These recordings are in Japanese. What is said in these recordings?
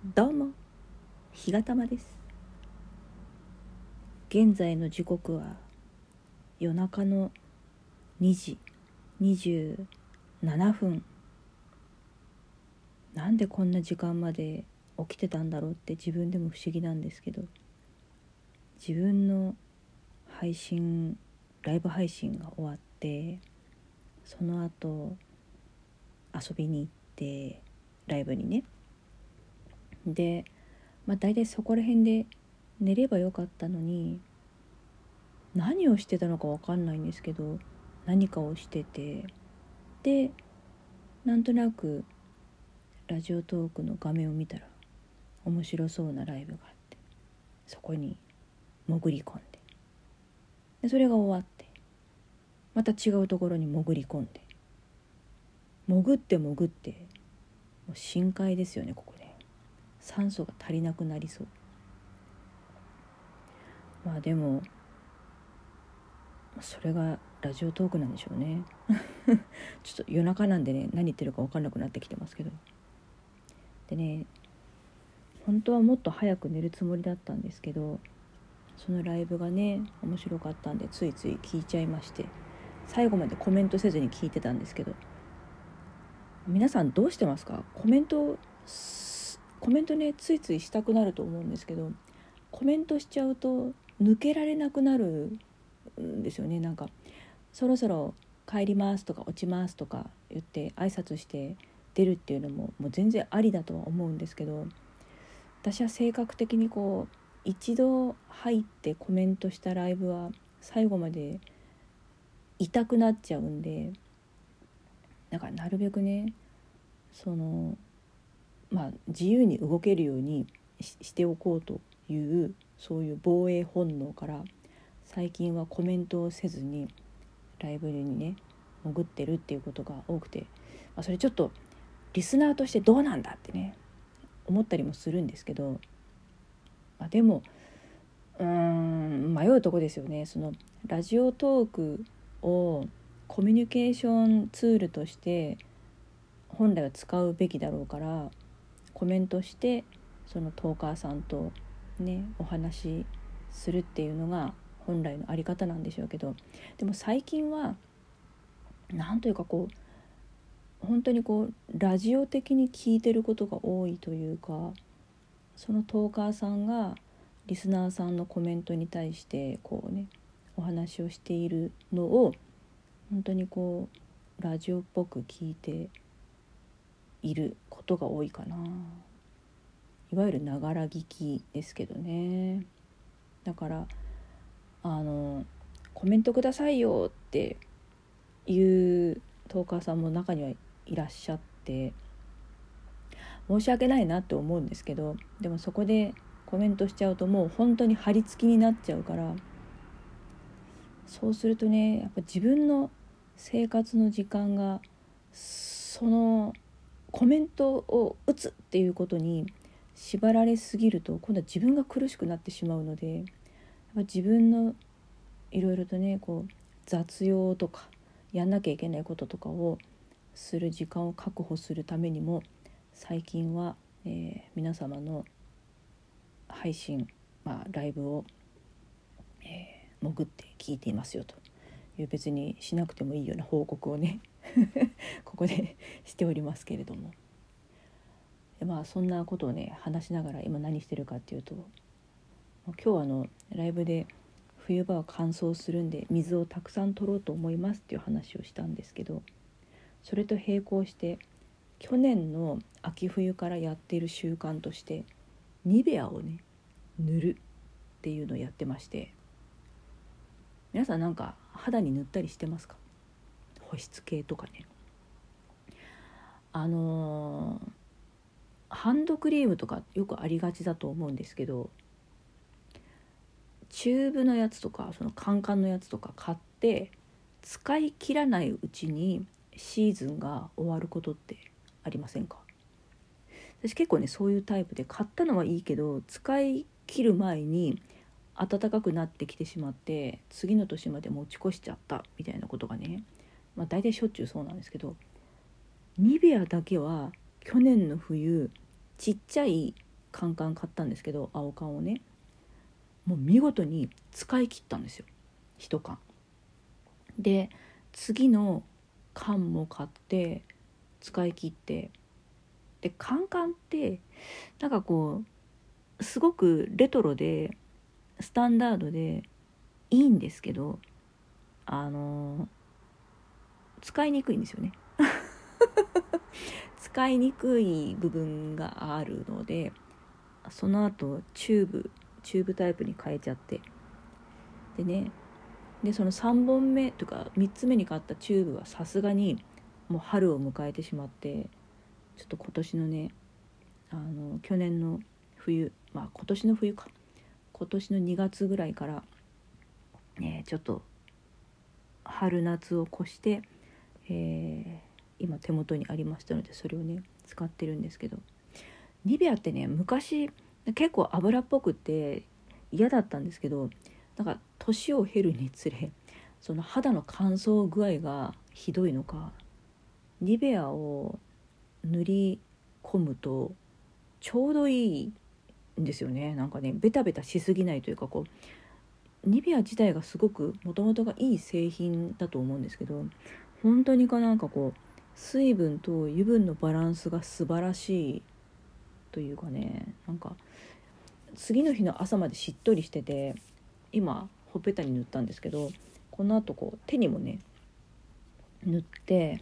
どうも、ひがたまです。現在の時刻は夜中の2時27分。なんでこんな時間まで起きてたんだろうって自分でも不思議なんですけど、自分のライブ配信が終わって、その後遊びに行ってライブにね、で大体そこら辺で寝ればよかったのに、何をしてたのか分かんないんですけど、何かをしてて、でなんとなくラジオトークの画面を見たら面白そうなライブがあって、そこに潜り込んで、それが終わってまた違うところに潜り込んで、潜ってもう深海ですよね。ここね、酸素が足りなくなりそう。でもそれがラジオトークなんでしょうねちょっと夜中なんでね、何言ってるか分かんなくなってきてますけど、でね、本当はもっと早く寝るつもりだったんですけど、そのライブがね面白かったんでついつい聞いちゃいまして、最後までコメントせずに聞いてたんですけど、皆さんどうしてますか？コメントね、ついついしたくなると思うんですけど、コメントしちゃうと抜けられなくなるんですよね。なんかそろそろ帰りますとか落ちますとか言って挨拶して出るっていうのもう全然ありだとは思うんですけど、私は性格的に一度入ってコメントしたライブは最後まで痛くなっちゃうんで、だからなるべくね、自由に動けるようにしておこうという、そういう防衛本能から最近はコメントをせずにライブにね潜ってるっていうことが多くて、それちょっとリスナーとしてどうなんだってね思ったりもするんですけど、でも迷うとこですよね。そのラジオトークをコミュニケーションツールとして本来は使うべきだろうから、コメントしてそのトーカーさんとねお話しするっていうのが本来のあり方なんでしょうけど、でも最近はなんというか本当にラジオ的に聞いてることが多いというか、そのトーカーさんがリスナーさんのコメントに対してお話をしているのを本当にラジオっぽく聞いていることが多いかな。いわゆるながら聞きですけどね。だからコメントくださいよっていうトーカーさんも中にはいらっしゃって、申し訳ないなって思うんですけど、でもそこでコメントしちゃうともう本当に張り付きになっちゃうから、そうするとね、やっぱ自分の生活の時間がそのコメントを打つっていうことに縛られすぎると、今度は自分が苦しくなってしまうので、やっぱ自分のいろいろとね雑用とかやんなきゃいけないこととかをする時間を確保するためにも、最近は、皆様の配信、ライブを、潜って聞いていますよという、別にしなくてもいいような報告をねここでしておりますけれども、そんなことをね話しながら今何してるかっていうと、今日ライブで冬場は乾燥するんで水をたくさん取ろうと思いますっていう話をしたんですけど、それと並行して去年の秋冬からやっている習慣としてニベアをね塗るっていうのをやってまして、皆さんなんか肌に塗ったりしてますか？保湿系とかね。ハンドクリームとかよくありがちだと思うんですけど、チューブのやつとかそのカンカンのやつとか買って使い切らないうちにシーズンが終わることってありませんか？私結構ねそういうタイプで、買ったのはいいけど使い切る前に暖かくなってきてしまって次の年まで持ち越しちゃったみたいなことがね、大体しょっちゅうそうなんですけど、ニベアだけは去年の冬ちっちゃいカンカン買ったんですけど、青缶をね、もう見事に使い切ったんですよ、1缶で。次の缶も買って使い切って、でカンカンってなんかこうすごくレトロでスタンダードでいいんですけど、使いにくいんですよね使いにくい部分があるので、その後チューブタイプに変えちゃって、でね、でその3本目とか3つ目に買ったチューブはさすがにもう春を迎えてしまって、ちょっと今年のね、去年の冬、今年の冬か、今年の2月ぐらいからね、ちょっと春夏を越して、今手元にありましたので、それをね使ってるんですけど、ニベアってね、昔結構油っぽくて嫌だったんですけど、なんか年を経るにつれ、その肌の乾燥具合がひどいのか、ニベアを塗り込むとちょうどいいんですよね。なんかね、ベタベタしすぎないというか、こうニベア自体がすごくもともとがいい製品だと思うんですけど、本当になんかこう水分と油分のバランスが素晴らしいというかね、なんか次の日の朝までしっとりしてて、今ほっぺたに塗ったんですけど、この後こう手にもね塗って、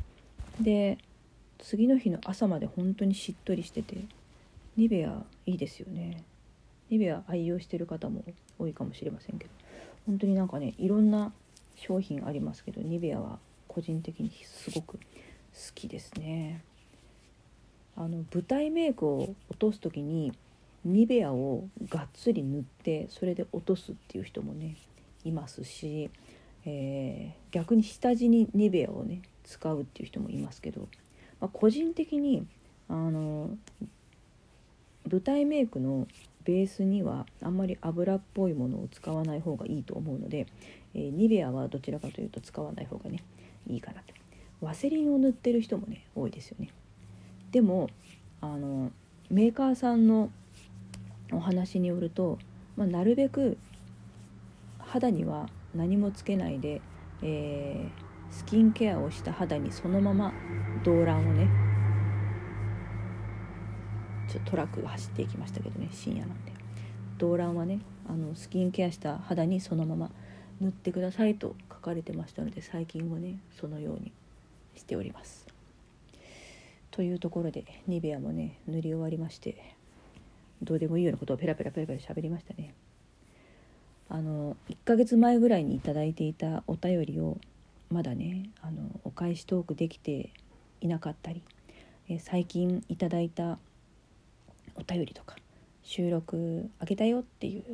で次の日の朝まで本当にしっとりしてて、ニベアいいですよね。ニベア愛用してる方も多いかもしれませんけど、本当になんかね、いろんな商品ありますけど、ニベアは個人的にすごく好きですね。舞台メイクを落とす時にニベアをがっつり塗ってそれで落とすっていう人もねいますし、逆に下地にニベアをね使うっていう人もいますけど、個人的に舞台メイクのベースにはあんまり油っぽいものを使わない方がいいと思うので、ニベアはどちらかというと使わない方がねいいかなと。ワセリンを塗ってる人もね多いですよね。でもメーカーさんのお話によると、なるべく肌には何もつけないで、スキンケアをした肌にそのまま動乱をね、トラックが走っていきましたけどね、深夜なんで、動乱はねスキンケアした肌にそのまま塗ってくださいと書かれてましたので、最近はねそのようにしております。というところでニベアもね塗り終わりまして、どうでもいいようなことをペラペラ喋りましたね。1ヶ月前ぐらいにいただいていたお便りをまだねお返しトークできていなかったり、最近いただいたお便りとか収録あげたよっていう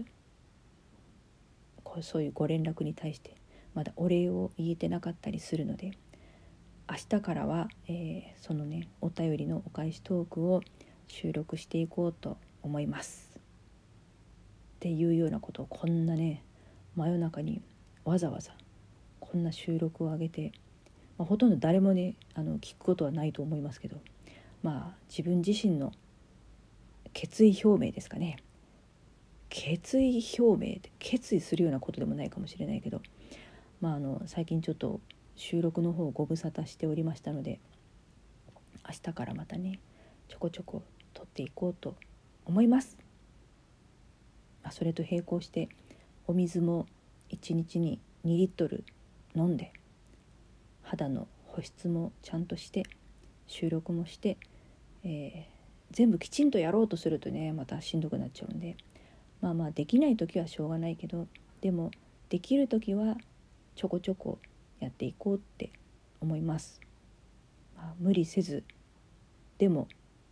そういうご連絡に対してまだお礼を言えてなかったりするので、明日からは、そのねお便りのお返しトークを収録していこうと思いますっていうようなことを、こんなね真夜中にわざわざこんな収録を上げて、ほとんど誰もね聞くことはないと思いますけど、自分自身の決意表明ですかね。決意表明って決意するようなことでもないかもしれないけど、最近ちょっと収録の方をご無沙汰しておりましたので、明日からまたねちょこちょこ撮っていこうと思います。それと並行してお水も1日に2リットル飲んで、肌の保湿もちゃんとして収録もして、全部きちんとやろうとするとねまたしんどくなっちゃうんで、できない時はしょうがないけど、でもできる時はちょこちょこやっていこうって思います。無理せず、でも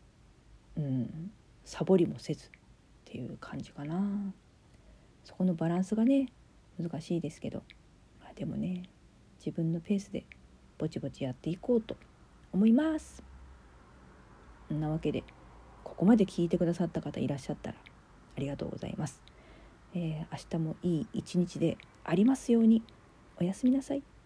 サボりもせずっていう感じかな。そこのバランスがね難しいですけど、でもね自分のペースでぼちぼちやっていこうと思います。そんなわけでここまで聞いてくださった方いらっしゃったらありがとうございます。明日もいい一日でありますように。おやすみなさい。